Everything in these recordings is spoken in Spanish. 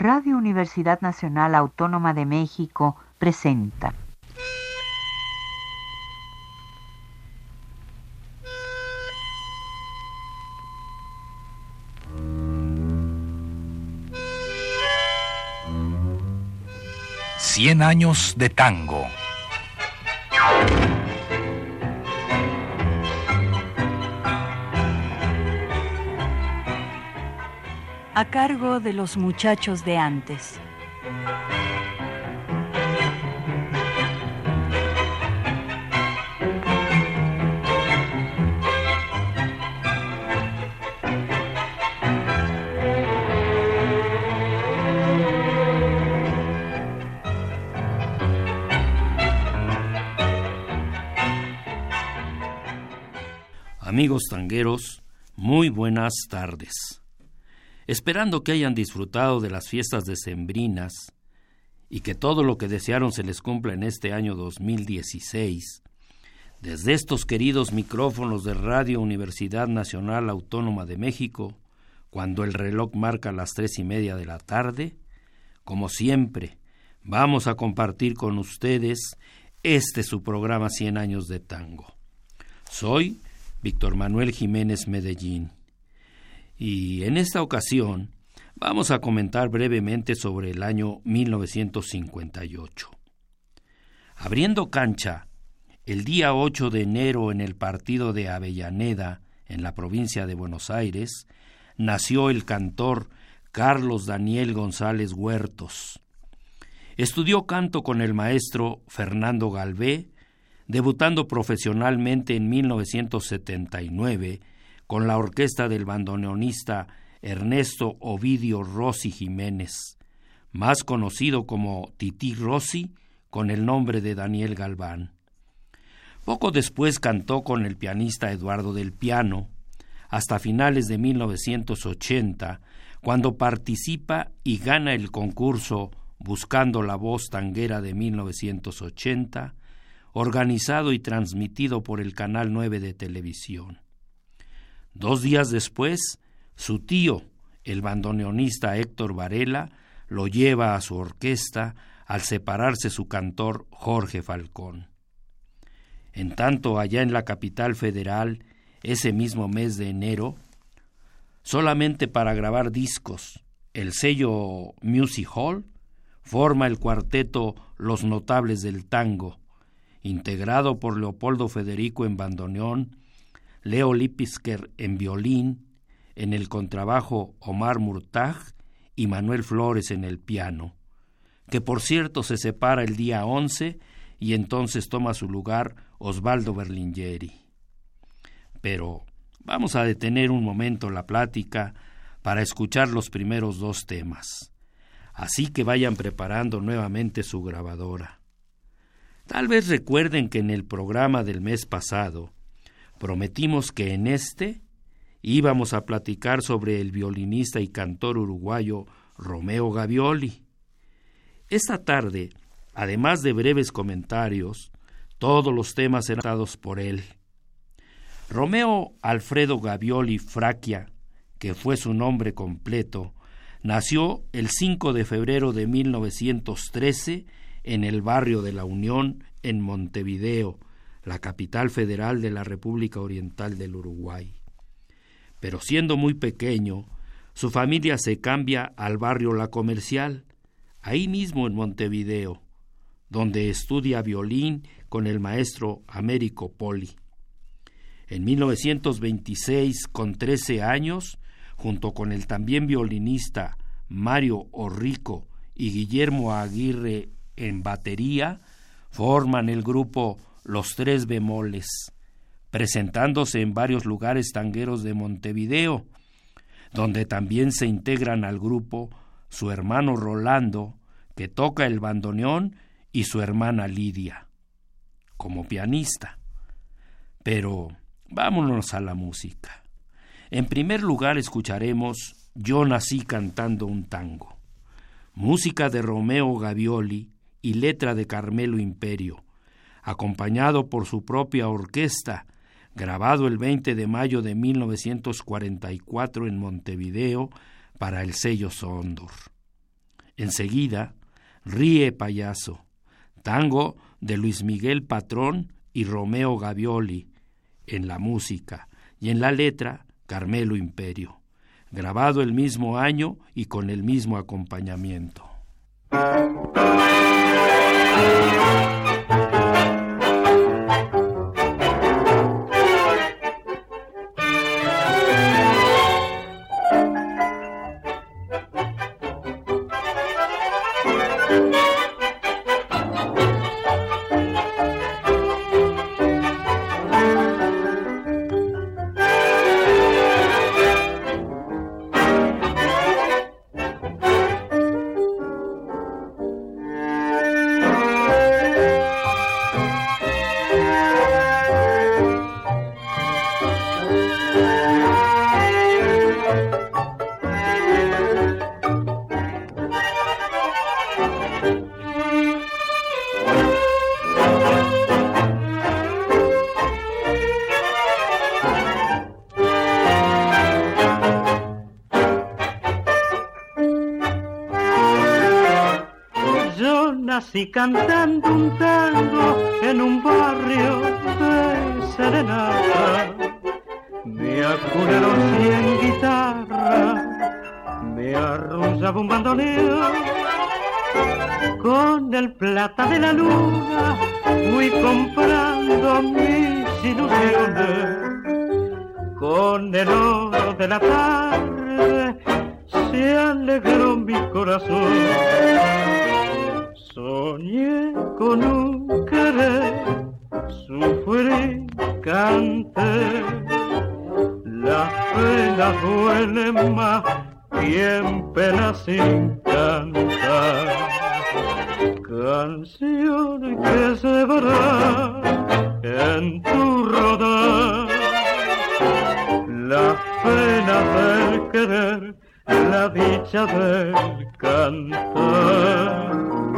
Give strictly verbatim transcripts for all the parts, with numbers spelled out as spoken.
Radio Universidad Nacional Autónoma de México presenta Cien años de tango. A cargo de los muchachos de antes. Amigos tangueros, muy buenas tardes. Esperando que hayan disfrutado de las fiestas decembrinas y que todo lo que desearon se les cumpla en este año dos mil dieciséis, desde estos queridos micrófonos de Radio Universidad Nacional Autónoma de México, cuando el reloj marca las tres y media de la tarde, como siempre, vamos a compartir con ustedes este su programa Cien años de tango. Soy Víctor Manuel Jiménez Medellín. Y en esta ocasión vamos a comentar brevemente sobre el año mil novecientos cincuenta y ocho. Abriendo cancha, el día ocho de enero en el partido de Avellaneda, en la provincia de Buenos Aires, nació el cantor Carlos Daniel González Huertos. Estudió canto con el maestro Fernando Galvé, debutando profesionalmente en mil novecientos setenta y nueve con la orquesta del bandoneonista Ernesto Ovidio Rossi Jiménez, más conocido como Tití Rossi, con el nombre de Daniel Galván. Poco después cantó con el pianista Eduardo del Piano, hasta finales de mil novecientos ochenta, cuando participa y gana el concurso Buscando la Voz Tanguera de mil novecientos ochenta, organizado y transmitido por el Canal nueve de televisión. Dos días después, su tío, el bandoneonista Héctor Varela, lo lleva a su orquesta al separarse su cantor Jorge Falcón. En tanto, allá en la capital federal, ese mismo mes de enero, solamente para grabar discos, el sello Music Hall forma el cuarteto Los Notables del Tango, integrado por Leopoldo Federico en bandoneón, Leo Lipisker en violín, en el contrabajo Omar Murtaj y Manuel Flores en el piano, que por cierto se separa el día once y entonces toma su lugar Osvaldo Berlingeri. Pero vamos a detener un momento la plática para escuchar los primeros dos temas, así que vayan preparando nuevamente su grabadora. Tal vez recuerden que en el programa del mes pasado prometimos que en este íbamos a platicar sobre el violinista y cantor uruguayo Romeo Gavioli. Esta tarde, además de breves comentarios, todos los temas serán tratados por él. Romeo Alfredo Gavioli Fracchia, que fue su nombre completo, nació el cinco de febrero de mil novecientos trece en el barrio de La Unión, en Montevideo, la capital federal de la República Oriental del Uruguay. Pero siendo muy pequeño, su familia se cambia al barrio La Comercial, ahí mismo en Montevideo, donde estudia violín con el maestro Américo Poli. En mil novecientos veintiséis, con trece años, junto con el también violinista Mario Orrico y Guillermo Aguirre en batería, forman el grupo Los Tres Bemoles, presentándose en varios lugares tangueros de Montevideo, donde también se integran al grupo su hermano Rolando, que toca el bandoneón, y su hermana Lidia, como pianista. Pero vámonos a la música. En primer lugar escucharemos Yo nací cantando un tango, música de Romeo Gavioli y letra de Carmelo Imperio, acompañado por su propia orquesta, grabado el veinte de mayo de mil novecientos cuarenta y cuatro en Montevideo para el sello Sondor. Enseguida, Ríe payaso, tango de Luis Miguel Patrón y Romeo Gavioli, en la música, y en la letra, Carmelo Imperio, grabado el mismo año y con el mismo acompañamiento. Nací cantando un tango en un barrio de serenata. Me acuraron cien guitarras, me arrullaba un bandoneón. Con el plata de la luna fui comprando mis ilusiones. Con el oro de la tarde se alegró mi corazón. Soñé con un querer, sufrí, canté. Las penas duelen más que en penas sin cantar. Canciones que se verán en tu rodar. Las penas del querer, la dicha del cantar.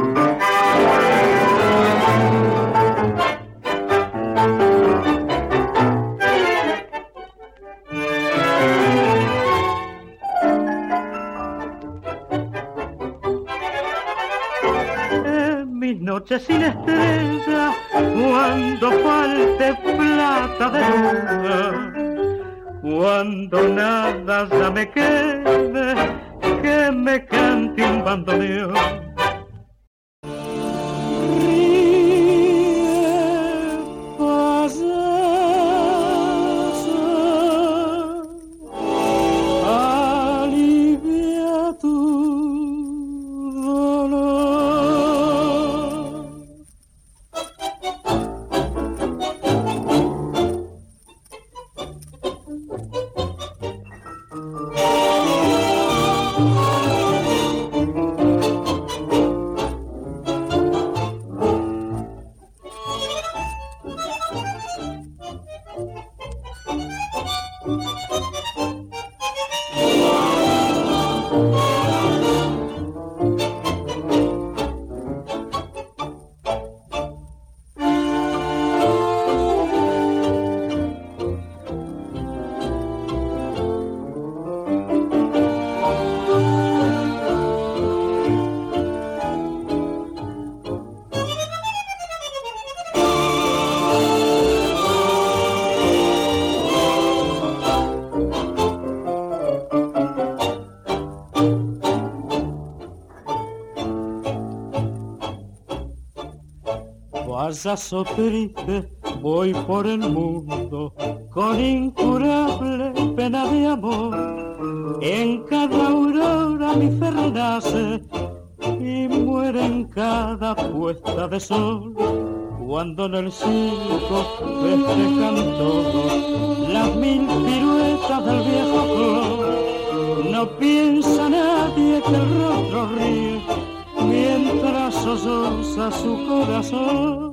En mis noches sin estrella, cuando falte plata de luna, cuando nada ya me quede, que me cante un bandoneón. Payaso triste, voy por el mundo con incurable pena de amor. En cada aurora mi fe renace y muere en cada puesta de sol. Cuando en el circo festejan todos las mil piruetas del viejo clon, no piensa nadie que el rostro ríe mientras solloza su corazón.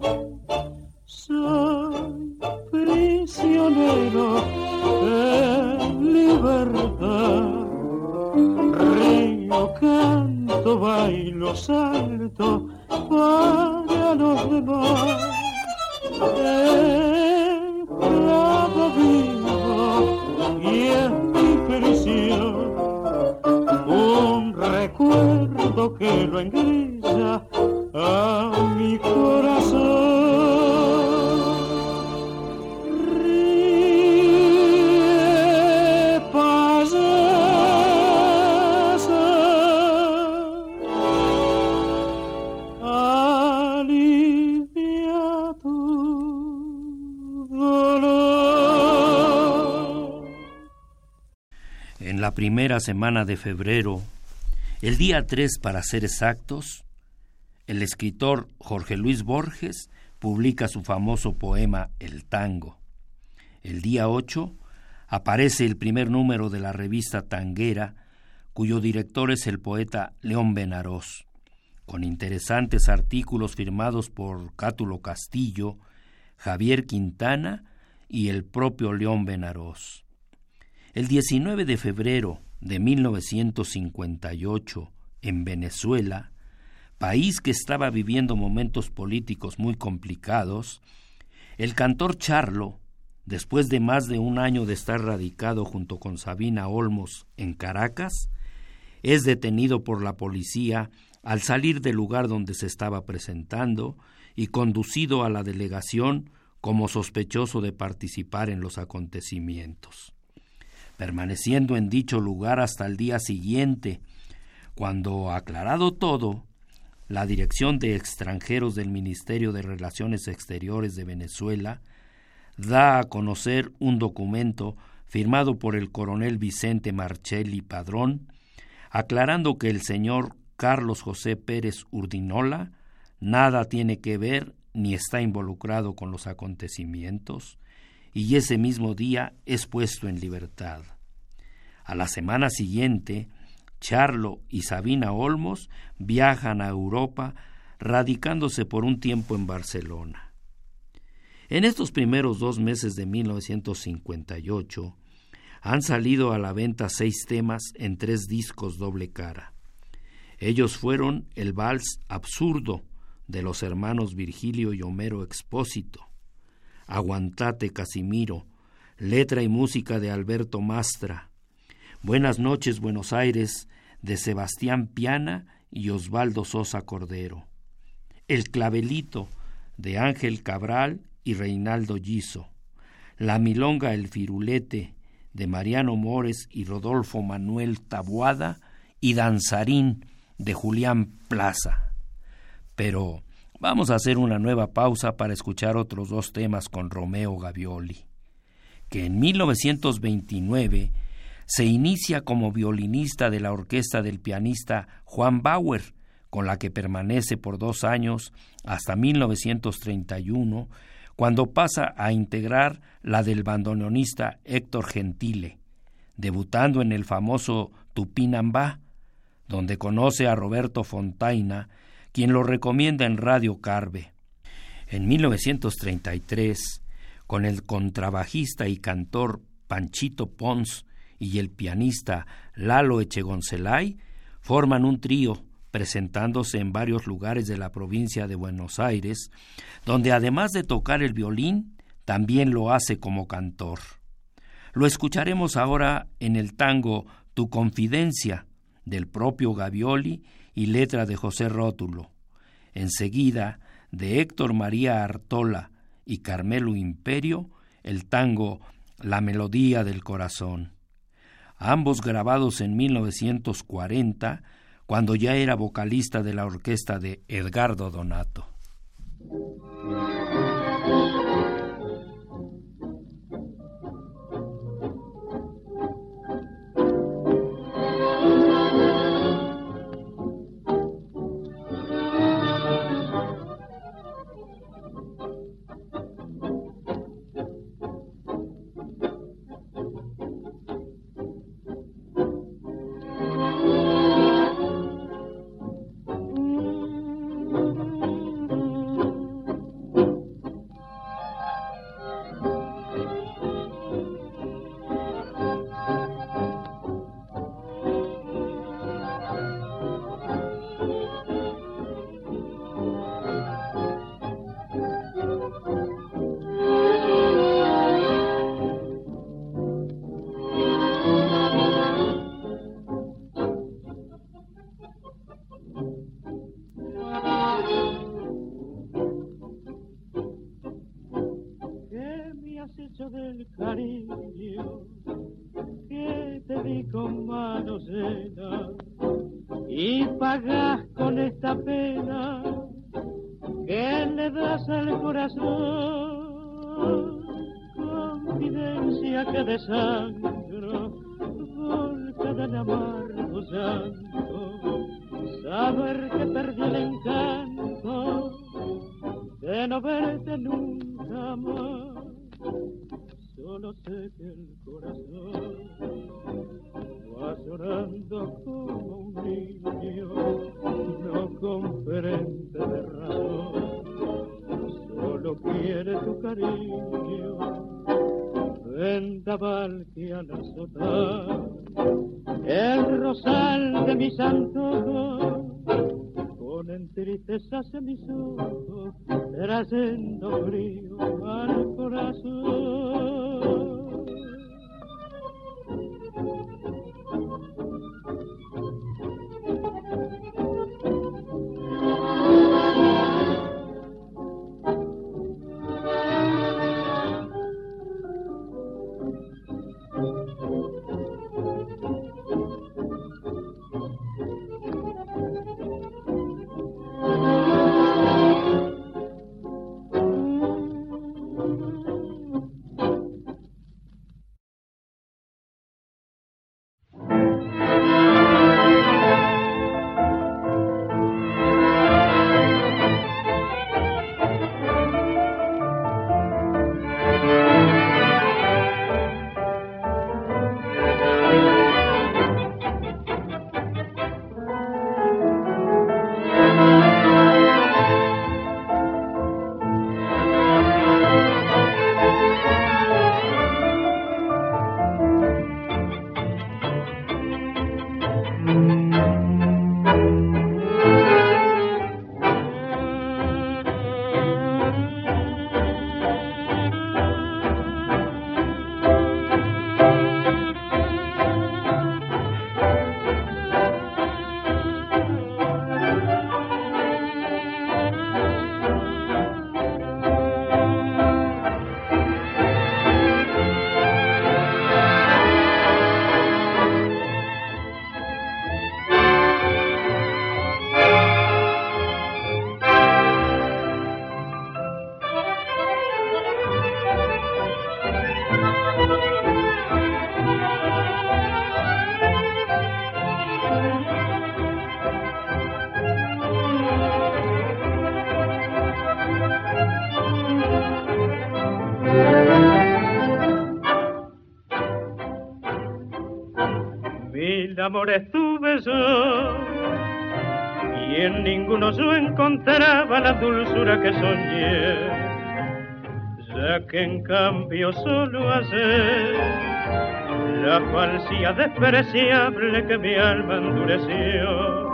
Soy prisionero de libertad, río, canto, bailo, salto para los demás. El prado vivo y es mi prisión, un recuerdo mundo que lo engrilla a mi corazón. Ríe, payasa, alivia tu dolor. En la primera semana de febrero, el día tres para ser exactos, el escritor Jorge Luis Borges publica su famoso poema El Tango. El día ocho aparece el primer número de la revista Tanguera, cuyo director es el poeta León Benarós, con interesantes artículos firmados por Cátulo Castillo, Javier Quintana y el propio León Benarós. El diecinueve de febrero de mil novecientos cincuenta y ocho, en Venezuela, país que estaba viviendo momentos políticos muy complicados, el cantor Charlo, después de más de un año de estar radicado junto con Sabina Olmos en Caracas, es detenido por la policía al salir del lugar donde se estaba presentando y conducido a la delegación como sospechoso de participar en los acontecimientos, permaneciendo en dicho lugar hasta el día siguiente, cuando, aclarado todo, la Dirección de Extranjeros del Ministerio de Relaciones Exteriores de Venezuela da a conocer un documento firmado por el coronel Vicente Marchelli Padrón, aclarando que el señor Carlos José Pérez Urdinola nada tiene que ver ni está involucrado con los acontecimientos, y ese mismo día es puesto en libertad. A la semana siguiente, Charlo y Sabina Olmos viajan a Europa, radicándose por un tiempo en Barcelona. En estos primeros dos meses de mil novecientos cincuenta y ocho, han salido a la venta seis temas en tres discos doble cara. Ellos fueron el Vals Absurdo, de los hermanos Virgilio y Homero Expósito, Aguantate Casimiro, letra y música de Alberto Mastra, Buenas noches Buenos Aires, de Sebastián Piana y Osvaldo Sosa Cordero, El Clavelito, de Ángel Cabral y Reinaldo Giso, La Milonga El Firulete, de Mariano Mores y Rodolfo Manuel Taboada, y Danzarín, de Julián Plaza. Pero vamos a hacer una nueva pausa para escuchar otros dos temas con Romeo Gavioli, que en mil novecientos veintinueve se inicia como violinista de la orquesta del pianista Juan Bauer, con la que permanece por dos años hasta mil novecientos treinta y uno, cuando pasa a integrar la del bandoneonista Héctor Gentile, debutando en el famoso Tupinambá, donde conoce a Roberto Fontaina, quien lo recomienda en Radio Carve. En mil novecientos treinta y tres, con el contrabajista y cantor Panchito Pons y el pianista Lalo Echegoncelay, forman un trío, presentándose en varios lugares de la provincia de Buenos Aires, donde además de tocar el violín, también lo hace como cantor. Lo escucharemos ahora en el tango Tu Confidencia, del propio Gavioli y letra de José Rótulo. Enseguida, de Héctor María Artola y Carmelo Imperio, el tango La Melodía del Corazón, ambos grabados en mil novecientos cuarenta, cuando ya era vocalista de la orquesta de Edgardo Donato. pagas con esta pena que le das al corazón, confidencia que desangro volcada en amargo llanto, saber que perdí el encanto de no verte nunca más. Solo sé que el corazón va llorando como un niño, no comprende de razón, solo quiere tu cariño, vendaval que al azotar el rosal de mis antojos, ponen tristezas en mis ojos, trayendo frío al corazón. Amores tuve yo y en ninguno yo encontraba la dulzura que soñé, ya que en cambio solo ayer la falsía despreciable que mi alma endureció,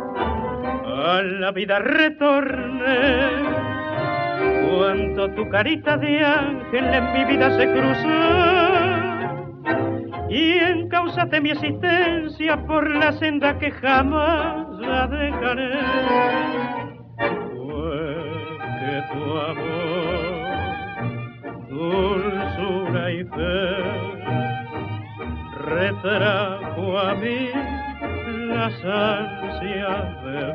a la vida retorné cuando tu carita de ángel en mi vida se cruzó, y encausaste mi existencia por la senda que jamás la dejaré. Fue que tu amor, dulzura y fe, retrajo a mí las ansias de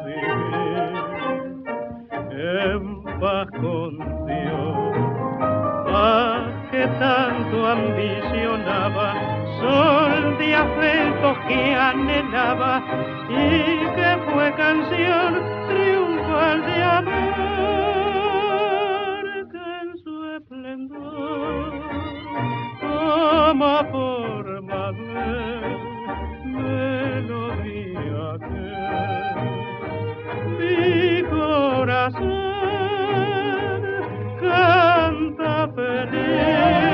vivir en paz con Dios, paz que tanto ambicionaba, sol de afectos que anhelaba y que fue canción triunfal de amor, que en su esplendor toma forma de melodía que mi corazón canta feliz.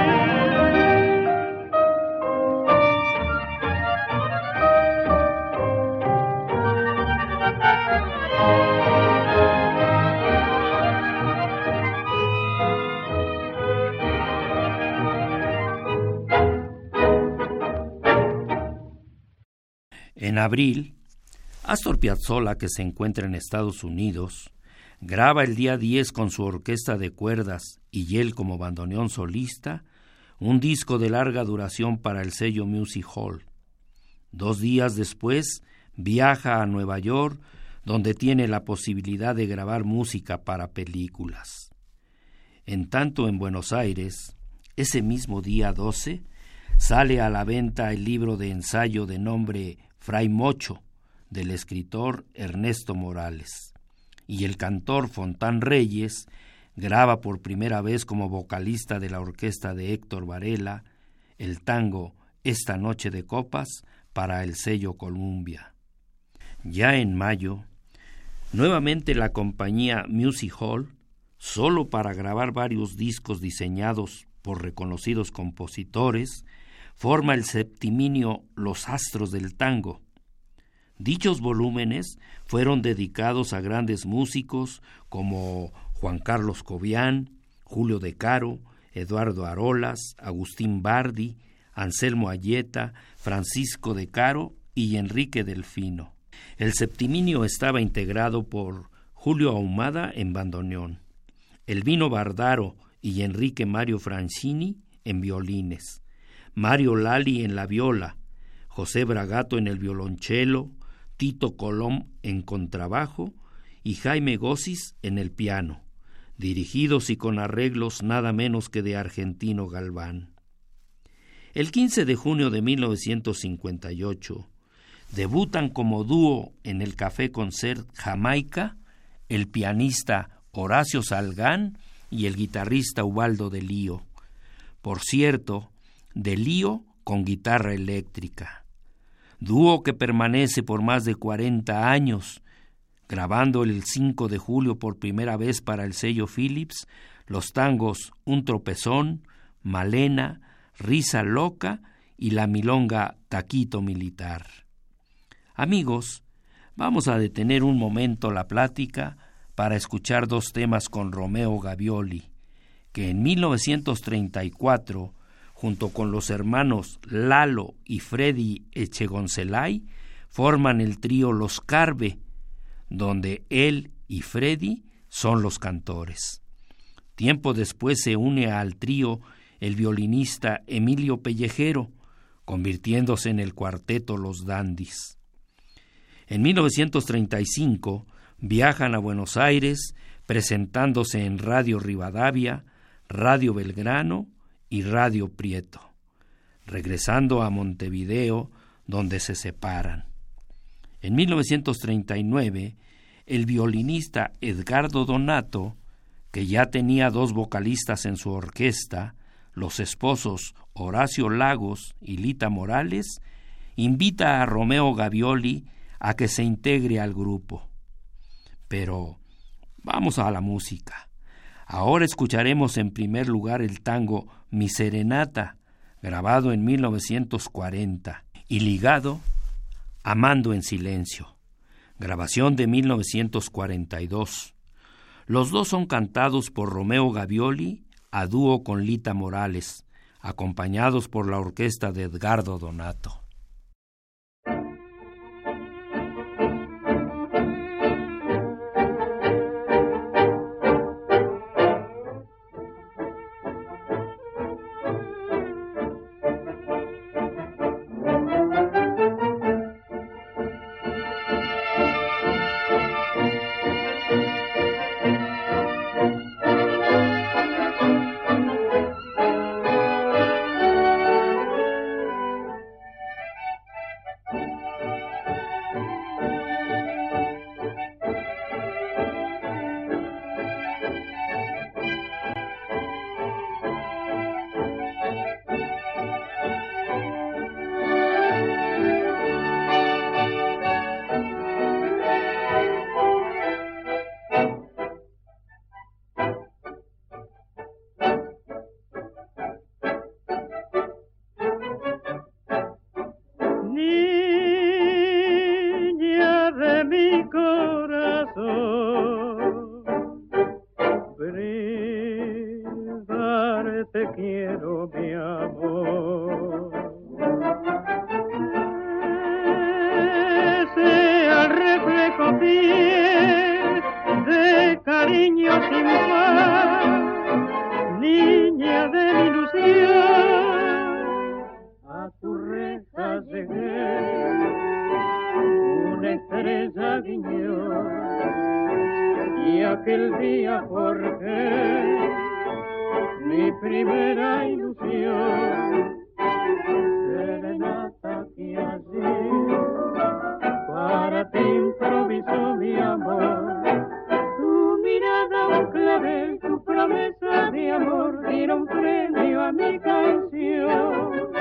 En abril, Astor Piazzolla, que se encuentra en Estados Unidos, graba el día diez con su orquesta de cuerdas y él como bandoneón solista, un disco de larga duración para el sello Music Hall. Dos días después, viaja a Nueva York, donde tiene la posibilidad de grabar música para películas. En tanto, en Buenos Aires, ese mismo día doce, sale a la venta el libro de ensayo de nombre Fray Mocho, del escritor Ernesto Morales, y el cantor Fontán Reyes graba por primera vez como vocalista de la orquesta de Héctor Varela el tango Esta Noche de Copas para el sello Columbia. Ya en mayo, nuevamente la compañía Music Hall, solo para grabar varios discos diseñados por reconocidos compositores, forma el septiminio Los Astros del Tango. Dichos volúmenes fueron dedicados a grandes músicos como Juan Carlos Cobian, Julio De Caro, Eduardo Arolas, Agustín Bardi, Anselmo Ayeta, Francisco De Caro y Enrique Delfino. El septiminio estaba integrado por Julio Ahumada en bandoneón, Elvino Bardaro y Enrique Mario Francini en violines, Mario Lali en la viola, José Bragato en el violonchelo, Tito Colom en contrabajo y Jaime Gossis en el piano, dirigidos y con arreglos nada menos que de Argentino Galván. El quince de junio de mil novecientos cincuenta y ocho debutan como dúo en el Café Concert Jamaica el pianista Horacio Salgán y el guitarrista Ubaldo de Lío. Por cierto, de Lío con guitarra eléctrica. Dúo que permanece por más de cuarenta años, grabando el cinco de julio por primera vez para el sello Philips los tangos Un Tropezón, Malena, Risa Loca y la milonga Taquito Militar. Amigos, vamos a detener un momento la plática para escuchar dos temas con Romeo Gavioli, que en mil novecientos treinta y cuatro, junto con los hermanos Lalo y Freddy Echegoncelay, forman el trío Los Carve, donde él y Freddy son los cantores. Tiempo después se une al trío el violinista Emilio Pellejero, convirtiéndose en el cuarteto Los Dandis. En mil novecientos treinta y cinco viajan a Buenos Aires, presentándose en Radio Rivadavia, Radio Belgrano y Radio Prieto, regresando a Montevideo, donde se separan. En mil novecientos treinta y nueve, el violinista Edgardo Donato, que ya tenía dos vocalistas en su orquesta, los esposos Horacio Lagos y Lita Morales, invita a Romeo Gavioli a que se integre al grupo. Pero vamos a la música. Ahora escucharemos en primer lugar el tango Mi Serenata, grabado en mil novecientos cuarenta, y ligado Amando en Silencio, grabación de mil novecientos cuarenta y dos. Los dos son cantados por Romeo Gavioli a dúo con Lita Morales, acompañados por la orquesta de Edgardo Donato. canción. Y aquel día forjé mi primera ilusión, serenata que allí para ti improvisó mi amor. Tu mirada un clavel, tu promesa de amor dieron premio a mi canción.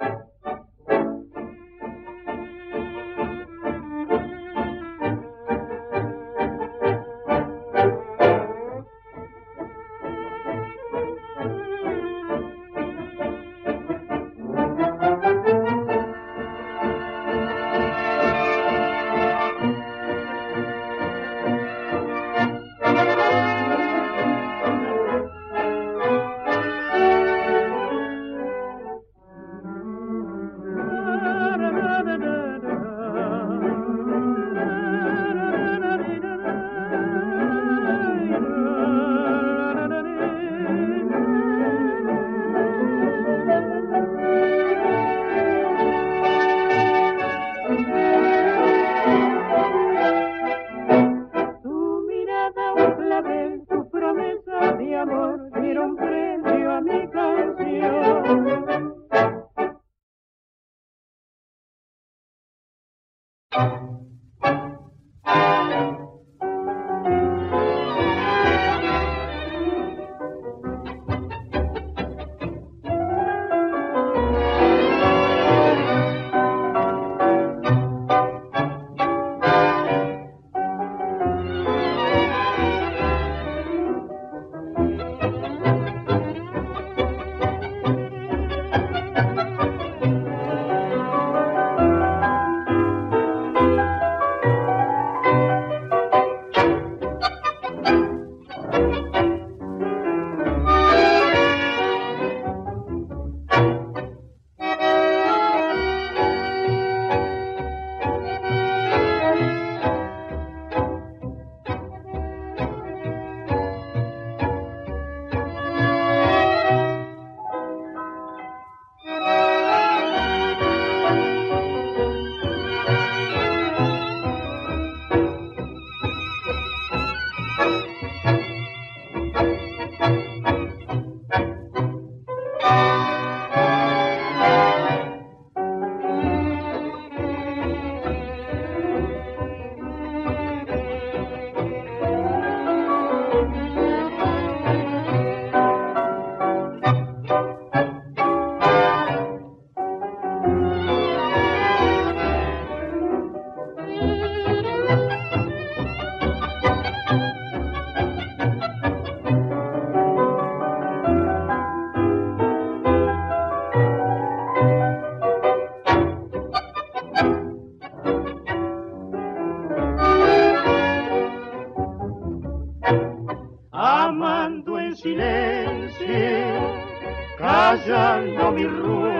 callando mi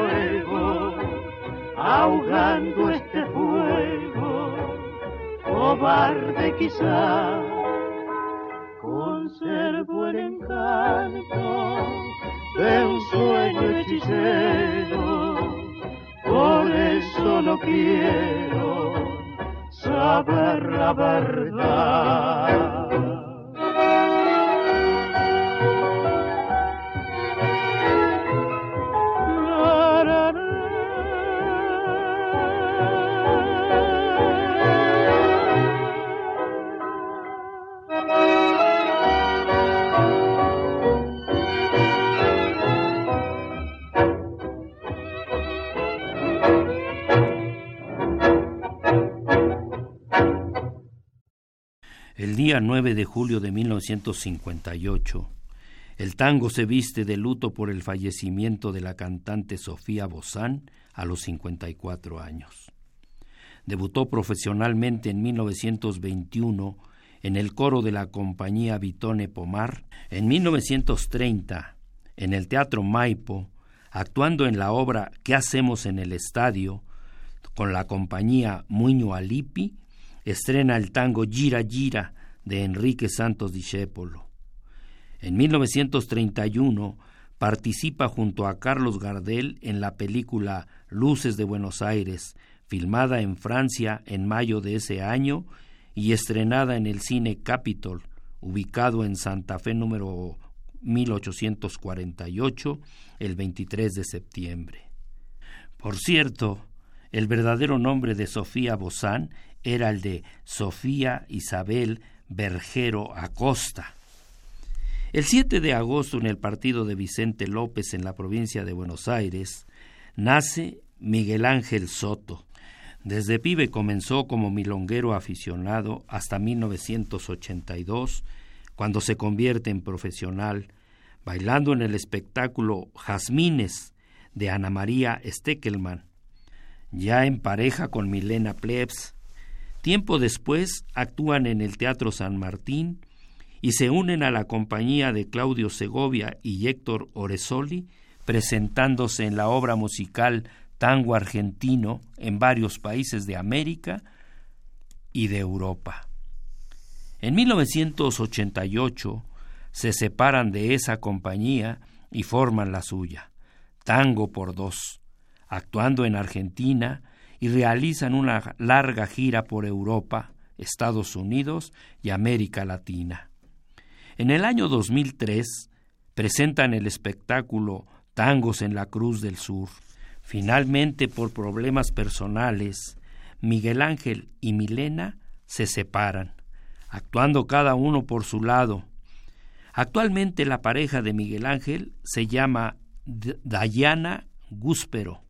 ruego, ahogando este fuego, cobarde quizá, conservo el encanto de un sueño hechicero, por eso no quiero saber la verdad. El día nueve de julio de mil novecientos cincuenta y ocho, el tango se viste de luto por el fallecimiento de la cantante Sofía Bozán a los cincuenta y cuatro años. Debutó profesionalmente en mil novecientos veintiuno en el coro de la compañía Vitone Pomar. En mil novecientos treinta, en el Teatro Maipo, actuando en la obra ¿Qué hacemos en el estadio?, con la compañía Muño Alipi, estrena el tango Gira Gira de Enrique Santos Discépolo. En mil novecientos treinta y uno participa junto a Carlos Gardel en la película Luces de Buenos Aires, filmada en Francia en mayo de ese año y estrenada en el Cine Capitol, ubicado en Santa Fe número mil ochocientos cuarenta y ocho, el veintitrés de septiembre. Por cierto, el verdadero nombre de Sofía Bozán era el de Sofía Isabel Bergero Acosta. El siete de agosto, en el partido de Vicente López en la provincia de Buenos Aires, nace Miguel Ángel Soto. Desde pibe comenzó como milonguero aficionado hasta mil novecientos ochenta y dos, cuando se convierte en profesional, bailando en el espectáculo Jazmines de Ana María Steckelman, ya en pareja con Milena Plebs. Tiempo después actúan en el Teatro San Martín y se unen a la compañía de Claudio Segovia y Héctor Oresoli, presentándose en la obra musical Tango Argentino en varios países de América y de Europa. En mil novecientos ochenta y ocho se separan de esa compañía y forman la suya, Tango por Dos, actuando en Argentina, y realizan una larga gira por Europa, Estados Unidos y América Latina. En el año dos mil tres presentan el espectáculo Tangos en la Cruz del Sur. Finalmente, por problemas personales, Miguel Ángel y Milena se separan, actuando cada uno por su lado. Actualmente la pareja de Miguel Ángel se llama D- Dayana Gúspero.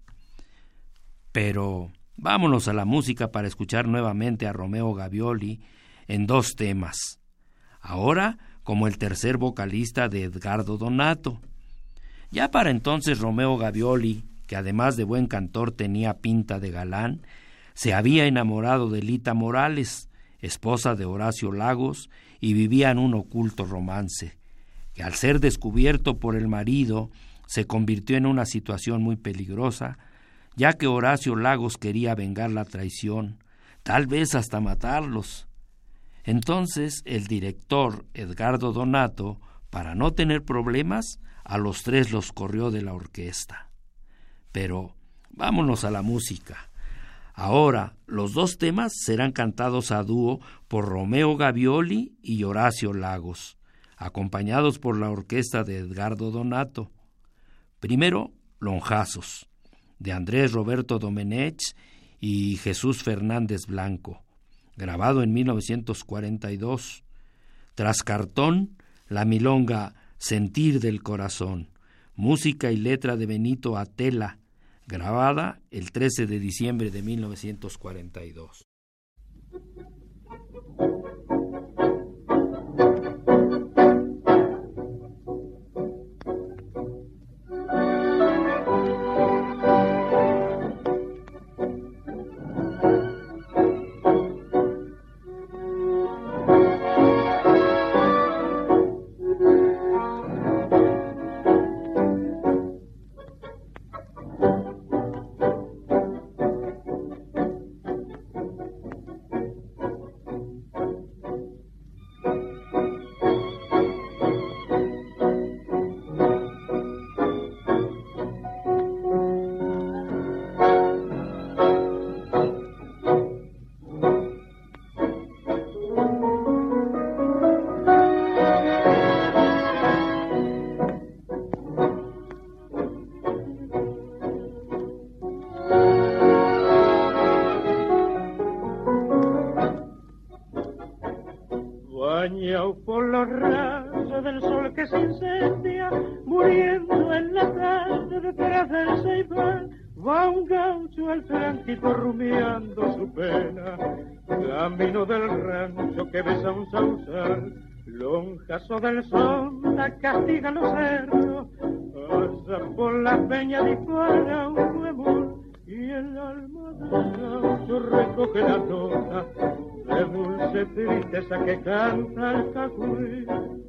Pero vámonos a la música para escuchar nuevamente a Romeo Gavioli en dos temas. Ahora como el tercer vocalista de Edgardo Donato. Ya para entonces Romeo Gavioli, que además de buen cantor tenía pinta de galán, se había enamorado de Lita Morales, esposa de Horacio Lagos, y vivía en un oculto romance, que al ser descubierto por el marido se convirtió en una situación muy peligrosa, ya que Horacio Lagos quería vengar la traición, tal vez hasta matarlos. Entonces el director Edgardo Donato, para no tener problemas, a los tres los corrió de la orquesta. Pero vámonos a la música. Ahora los dos temas serán cantados a dúo por Romeo Gavioli y Horacio Lagos, acompañados por la orquesta de Edgardo Donato. Primero, Lonjazos, de Andrés Roberto Domenech y Jesús Fernández Blanco, grabado en mil novecientos cuarenta y dos. Tras Cartón, la milonga Sentir del Corazón, música y letra de Benito Atela, grabada el trece de diciembre de mil novecientos cuarenta y dos. Bañado por los rayos del sol que se incendia, muriendo en la tarde detrás del ceibal, va un gaucho al tranquito rumiando su pena, camino del rancho que besa un sausal, lonjazo del sol la castiga los cerros, pasa por la peña dispara un huemul, y el alma del gaucho recoge la nota de dulce tristeza que canta el cacuí.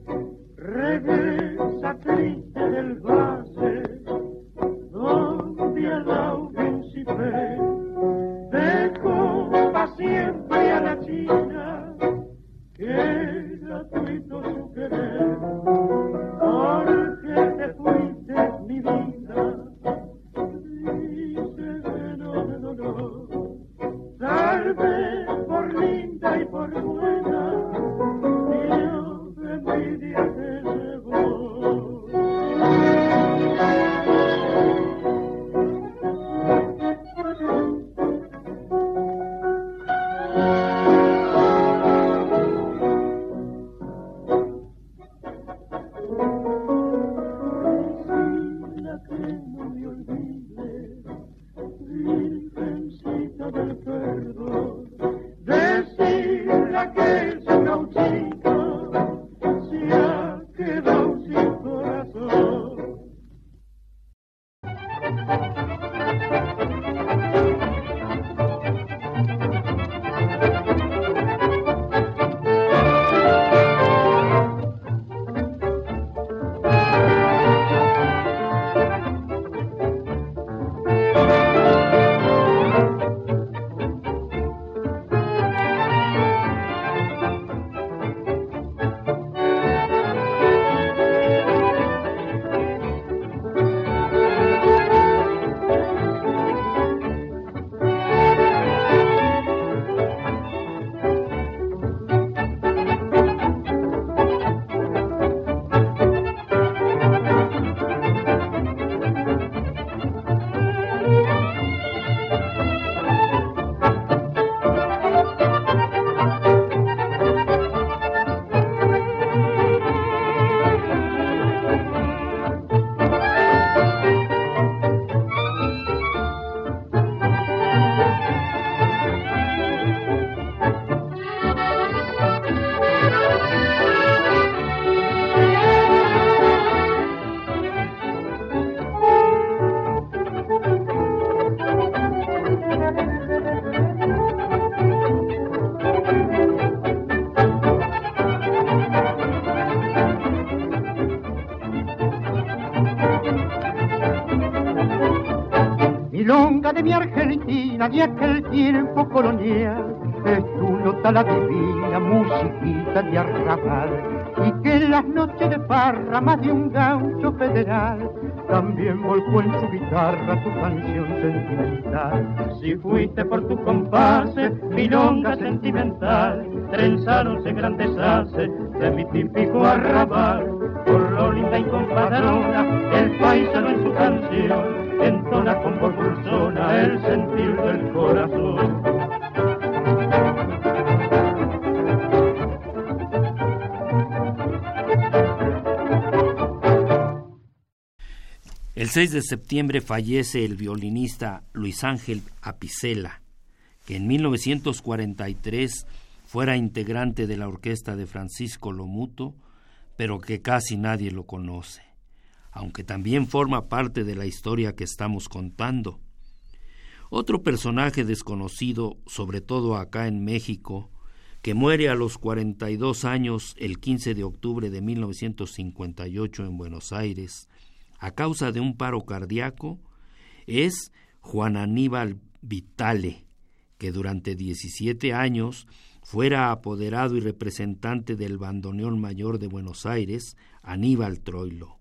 Regresa triste del valle donde a la príncipe dejó pa' siempre a la china, que gratuito su querer, porque te fuiste mi vida. Dice que no me dolor, tal vez por linda y por chico se ha quedado sin corazón. Milonga de mi Argentina de aquel tiempo colonial, es tu nota la divina musiquita de arrabal, y que en las noches de parra más de un gaucho federal también volcó en su guitarra tu canción sentimental. Si fuiste por tu comparse, milonga sentimental, trenzáronse grandes haces de mi típico arrabal. Por lo linda y compadrona, el paisano en su canción entona con voz dulzona el sentir del corazón. El seis de septiembre fallece el violinista Luis Ángel Apicella, que en mil novecientos cuarenta y tres fuera integrante de la orquesta de Francisco Lomuto, pero que casi nadie lo conoce, aunque también forma parte de la historia que estamos contando. Otro personaje desconocido, sobre todo acá en México, que muere a los cuarenta y dos años el quince de octubre de mil novecientos cincuenta y ocho en Buenos Aires, a causa de un paro cardíaco, es Juan Aníbal Vitale, que durante diecisiete años fuera apoderado y representante del bandoneón mayor de Buenos Aires, Aníbal Troilo.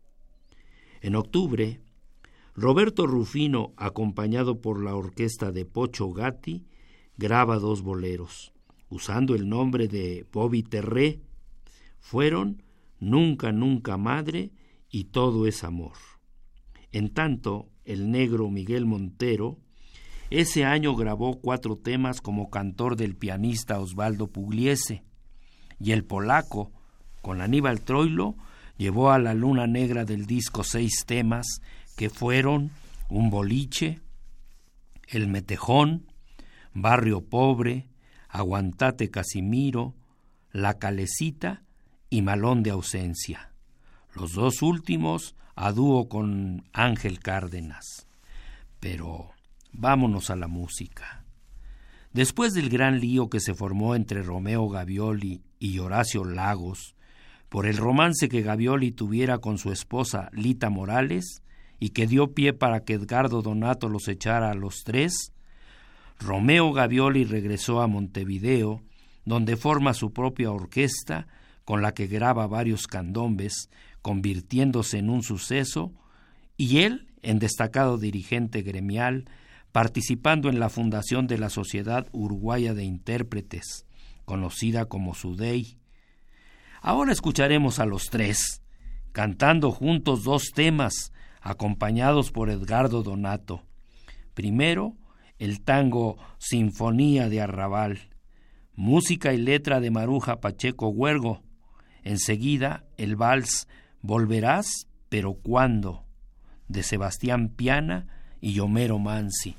En octubre, Roberto Rufino, acompañado por la orquesta de Pocho Gatti, graba dos boleros, usando el nombre de Bobby Terré. Fueron Nunca, Nunca Madre y Todo es Amor. En tanto, el negro Miguel Montero ese año grabó cuatro temas como cantor del pianista Osvaldo Pugliese, y el polaco, con Aníbal Troilo, llevó a la luna negra del disco seis temas que fueron Un boliche, El metejón, Barrio pobre, Aguantate Casimiro, La calecita y Malón de ausencia. Los dos últimos a dúo con Ángel Cárdenas. Pero vámonos a la música. Después del gran lío que se formó entre Romeo Gavioli y Horacio Lagos por el romance que Gavioli tuviera con su esposa Lita Morales y que dio pie para que Edgardo Donato los echara a los tres, Romeo Gavioli regresó a Montevideo, donde forma su propia orquesta con la que graba varios candombes, convirtiéndose en un suceso, y él en destacado dirigente gremial, participando en la fundación de la Sociedad Uruguaya de Intérpretes, conocida como SUDEI. Ahora escucharemos a los tres, cantando juntos dos temas, acompañados por Edgardo Donato. Primero, el tango Sinfonía de Arrabal, música y letra de Maruja Pacheco Huergo. Enseguida, el vals Volverás, pero ¿cuándo?, de Sebastián Piana y Homero Mansi.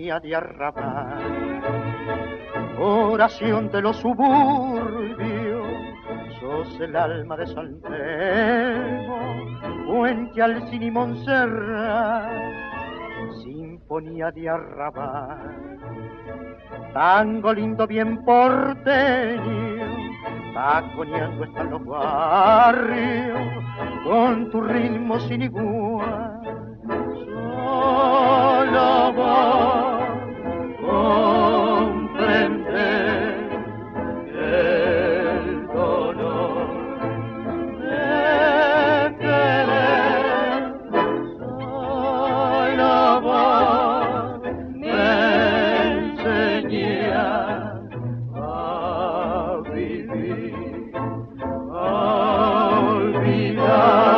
sinfonía de arrabal. Oración de los suburbios, sos el alma de San Telmo, Puente Alsina y Montserrat, sinfonía de arrabal. Tango lindo bien porteño, taconeando están los barrios, con tu ritmo sin igual. Solo vos comprendés el dolor de querer. Solo vos me enseñás a vivir, a olvidar.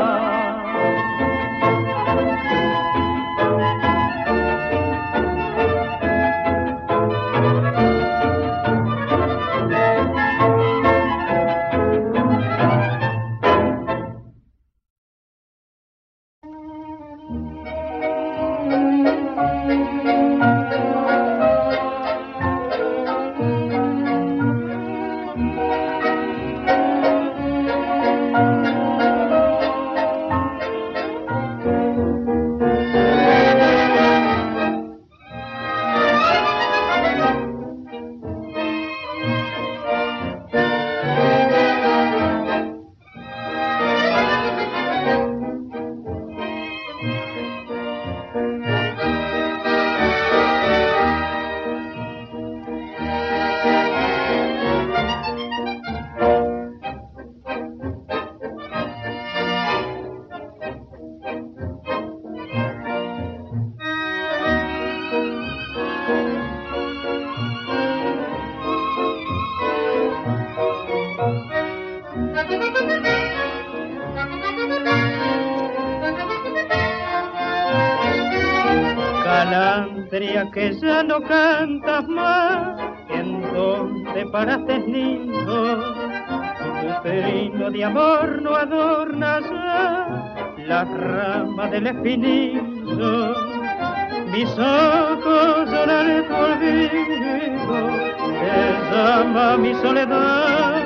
Calandria que ya no cantas más, ¿en dónde paraste, niño? Tu trino de amor no adorna ya las ramas del espinillo. Mis ojos lloran de tu olvido, te llama mi soledad.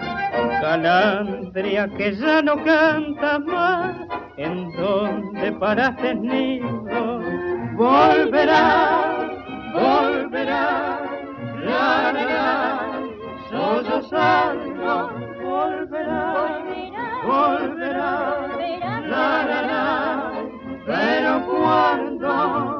Calandria que ya no cantas más, ¿en dónde paraste, niño? Volverá, volverá, la, la, la, sollozando, volverá, volverá, la, la, la, pero cuando.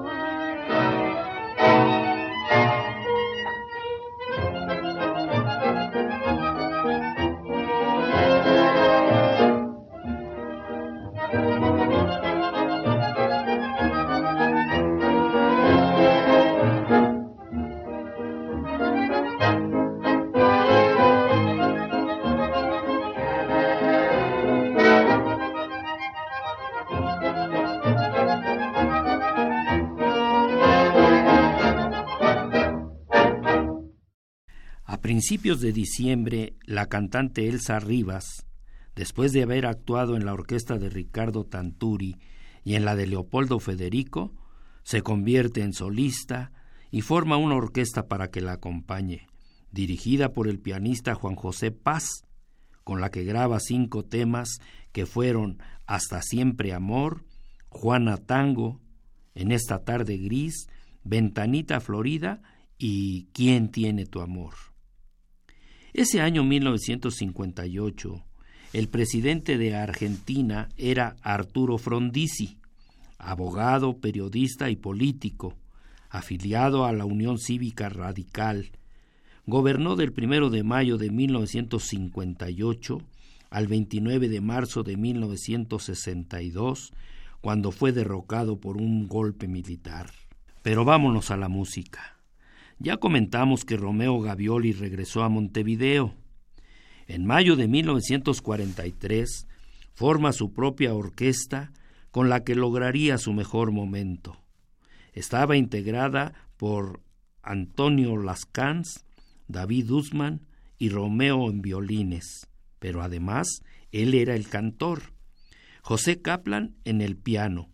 A principios de diciembre, la cantante Elsa Rivas, después de haber actuado en la orquesta de Ricardo Tanturi y en la de Leopoldo Federico, se convierte en solista y forma una orquesta para que la acompañe, dirigida por el pianista Juan José Paz, con la que graba cinco temas que fueron Hasta Siempre Amor, Juana Tango, En esta tarde gris, Ventanita Florida y ¿Quién tiene tu amor? Ese año mil novecientos cincuenta y ocho, el presidente de Argentina era Arturo Frondizi, abogado, periodista y político, afiliado a la Unión Cívica Radical. Gobernó del primero de mayo de mil novecientos cincuenta y ocho al veintinueve de marzo de mil novecientos sesenta y dos, cuando fue derrocado por un golpe militar. Pero vámonos a la música. Ya comentamos que Romeo Gavioli regresó a Montevideo. En mayo de mil novecientos cuarenta y tres forma su propia orquesta con la que lograría su mejor momento. Estaba integrada por Antonio Lascans, David Usman y Romeo en violines, pero además él era el cantor. José Kaplan en el piano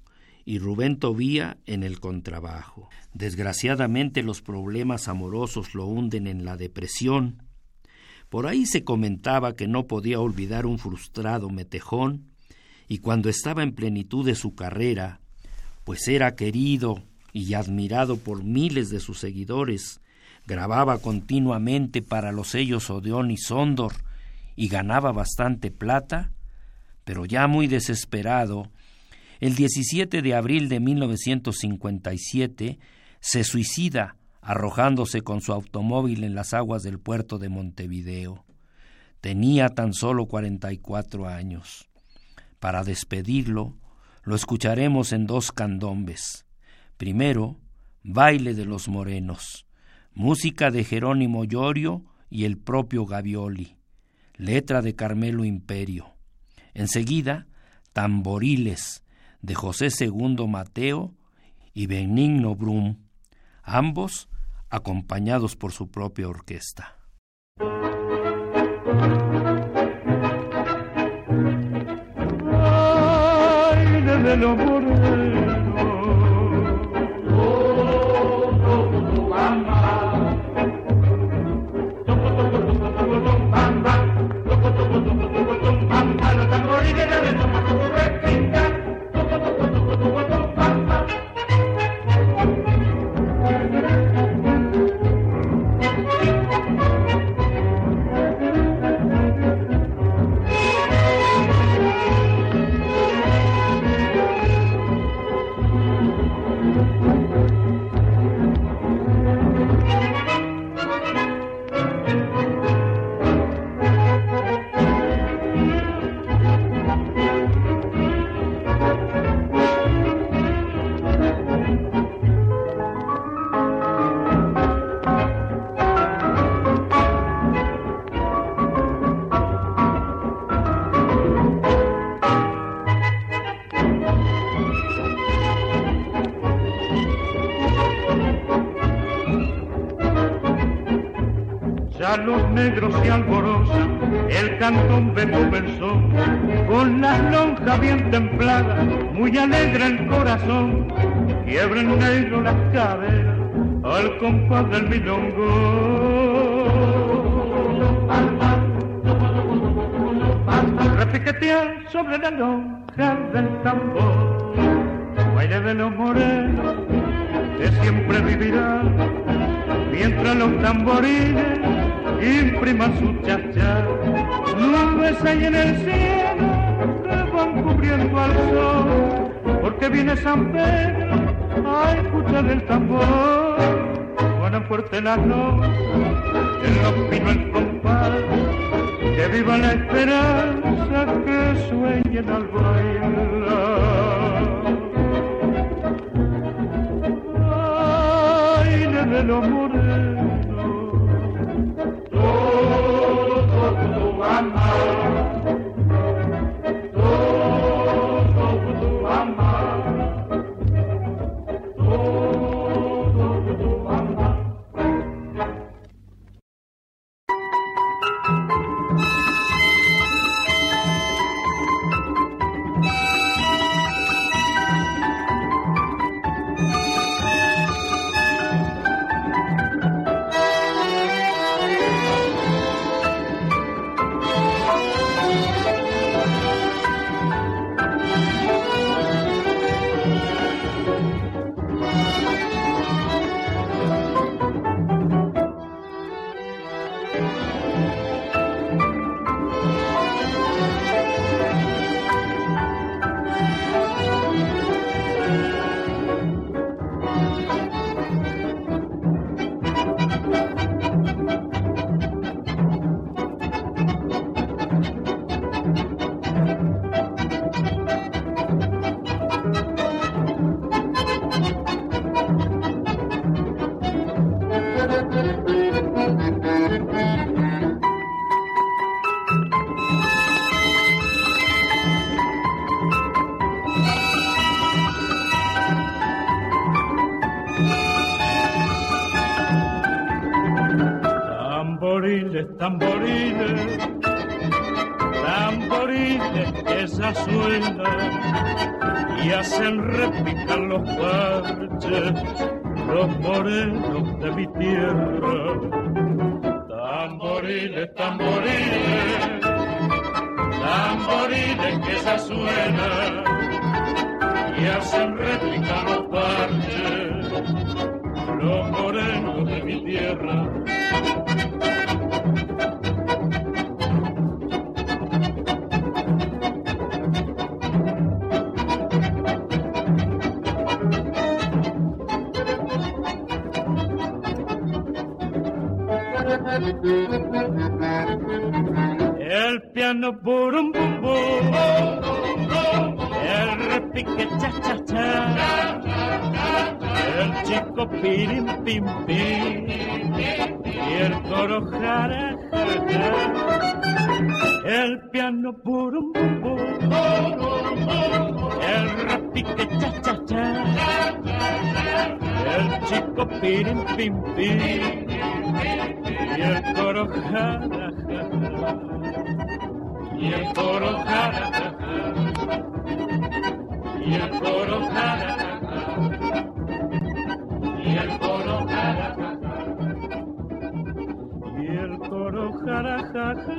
y Rubén Tobía en el contrabajo. Desgraciadamente los problemas amorosos lo hunden en la depresión. Por ahí se comentaba que no podía olvidar un frustrado metejón, y cuando estaba en plenitud de su carrera, pues era querido y admirado por miles de sus seguidores, grababa continuamente para los sellos Odeón y Sondor y ganaba bastante plata, pero ya muy desesperado, el diecisiete de abril de mil novecientos cincuenta y siete se suicida arrojándose con su automóvil en las aguas del puerto de Montevideo. Tenía tan solo cuarenta y cuatro años. Para despedirlo, lo escucharemos en dos candombes. Primero, Baile de los Morenos, música de Jerónimo Llorio y el propio Gavioli, letra de Carmelo Imperio. Enseguida, Tamboriles, de José Segundo Mateo y Benigno Brum, ambos acompañados por su propia orquesta. Baile de los morenos, los negros se alborozan, el candombe comenzó, con las lonjas bien templadas, muy alegre el corazón, quiebra el negro las caderas, al compás del milongo. Repiquetear sobre la lonja del tambor, baile de los morenos, que siempre vivirá, mientras los tamborines impriman su chachá. Nubes hay en el cielo que van cubriendo al sol, porque viene San Pedro a escuchar el tambor. Suenan fuerte las notas, en los pinos el compás, que viva la esperanza que sueñen al bailar. Baile de los morenos, tamboriles, tamboriles, tamboriles. tamboriles que ya suenan y hacen repicar los parches, los morenos de mi tierra. Tamboriles, tamboriles, tamboriles que ya suenan y hacen repicar los parches, los morenos de mi tierra. El piano burum bum bum, el repique cha cha cha, el chico pirim pim pim y el coro jara jara. El piano burum bum bum, el repique cha cha cha, el chico pirim pim pim y el coro jara jara, y el coro jara jara, y el coro jara jara, y el coro jara jara, y el coro jara jara.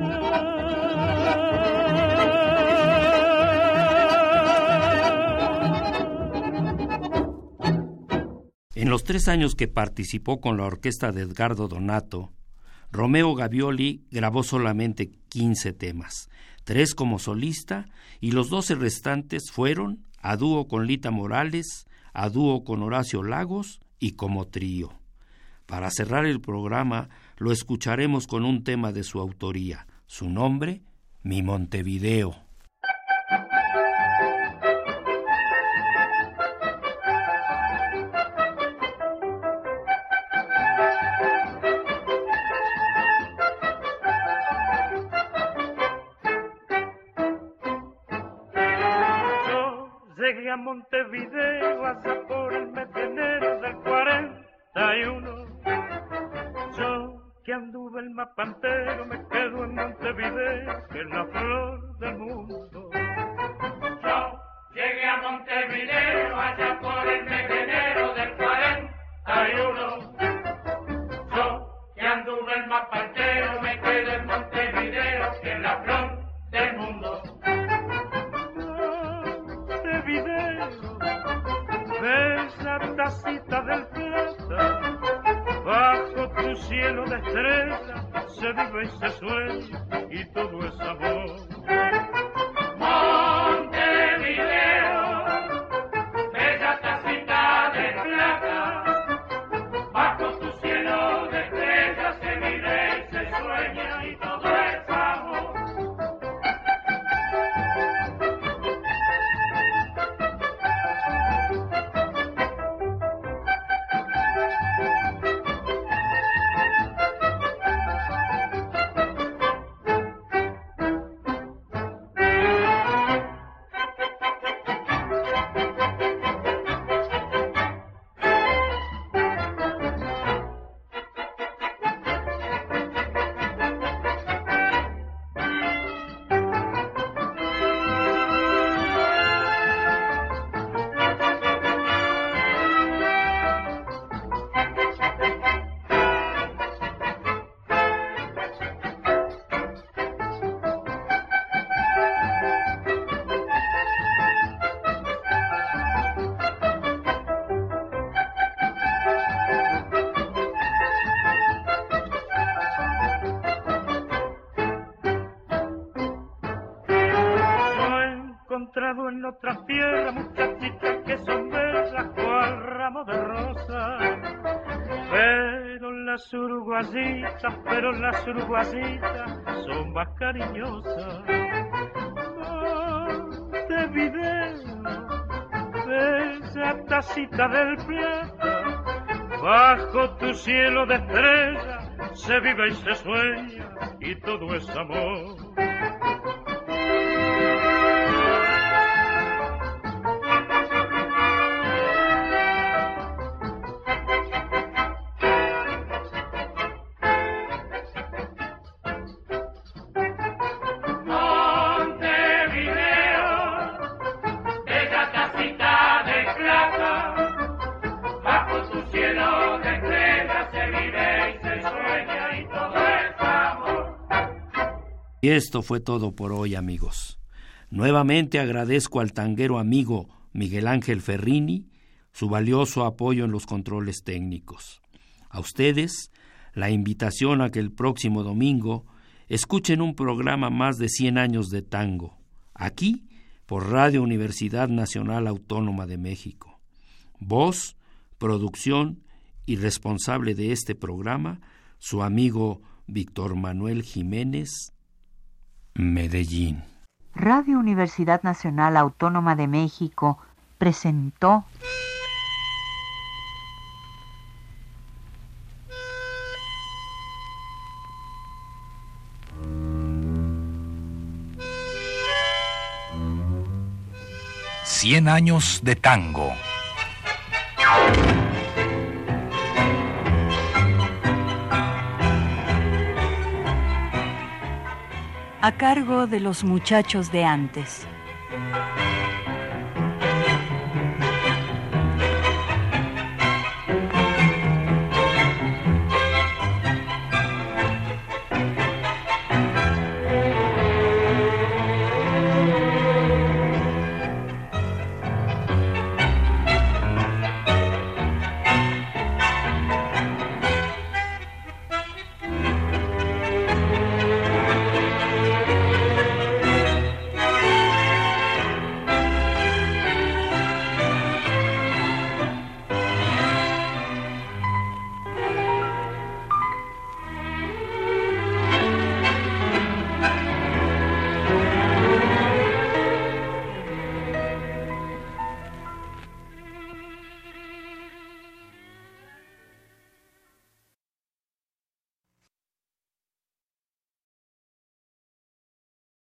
En los tres años que participó con la orquesta de Edgardo Donato, Romeo Gavioli grabó solamente quince temas, tres como solista y los doce restantes fueron a dúo con Lita Morales, a dúo con Horacio Lagos y como trío. Para cerrar el programa lo escucharemos con un tema de su autoría, su nombre, Mi Montevideo. Llegué a Montevideo allá por el mes de enero del cuarenta y uno. Yo que anduve el mapa entero me quedo en Montevideo, que es la flor del mundo. Yo llegué a Montevideo allá por el mes de enero del cuarenta y uno. Yo que anduve el mapa entero me quedo en Montevideo, que es la flor del mundo. Esa tacita del plata, bajo tu cielo de estrella, se vive y se sueña y todo es amor. Montevideo, bella tacita de plata, bajo tu cielo de estrella, se vive y se sueña y todo es amor. En otras tierras, muchachitas que son bellas cual ramo de rosa, pero las uruguayitas, pero las uruguayitas son más cariñosas. Montevideo, bella tacita del plata, bajo tu cielo de estrella, se vive y se sueña y todo es amor. Monte Y esto fue todo por hoy, amigos. Nuevamente agradezco al tanguero amigo Miguel Ángel Ferrini su valioso apoyo en los controles técnicos. A ustedes, la invitación a que el próximo domingo escuchen un programa más de cien años de tango, aquí por Radio Universidad Nacional Autónoma de México. Voz, producción y responsable de este programa, su amigo Víctor Manuel Jiménez, Medellín. Radio Universidad Nacional Autónoma de México presentó Cien años de tango. A cargo de los muchachos de antes.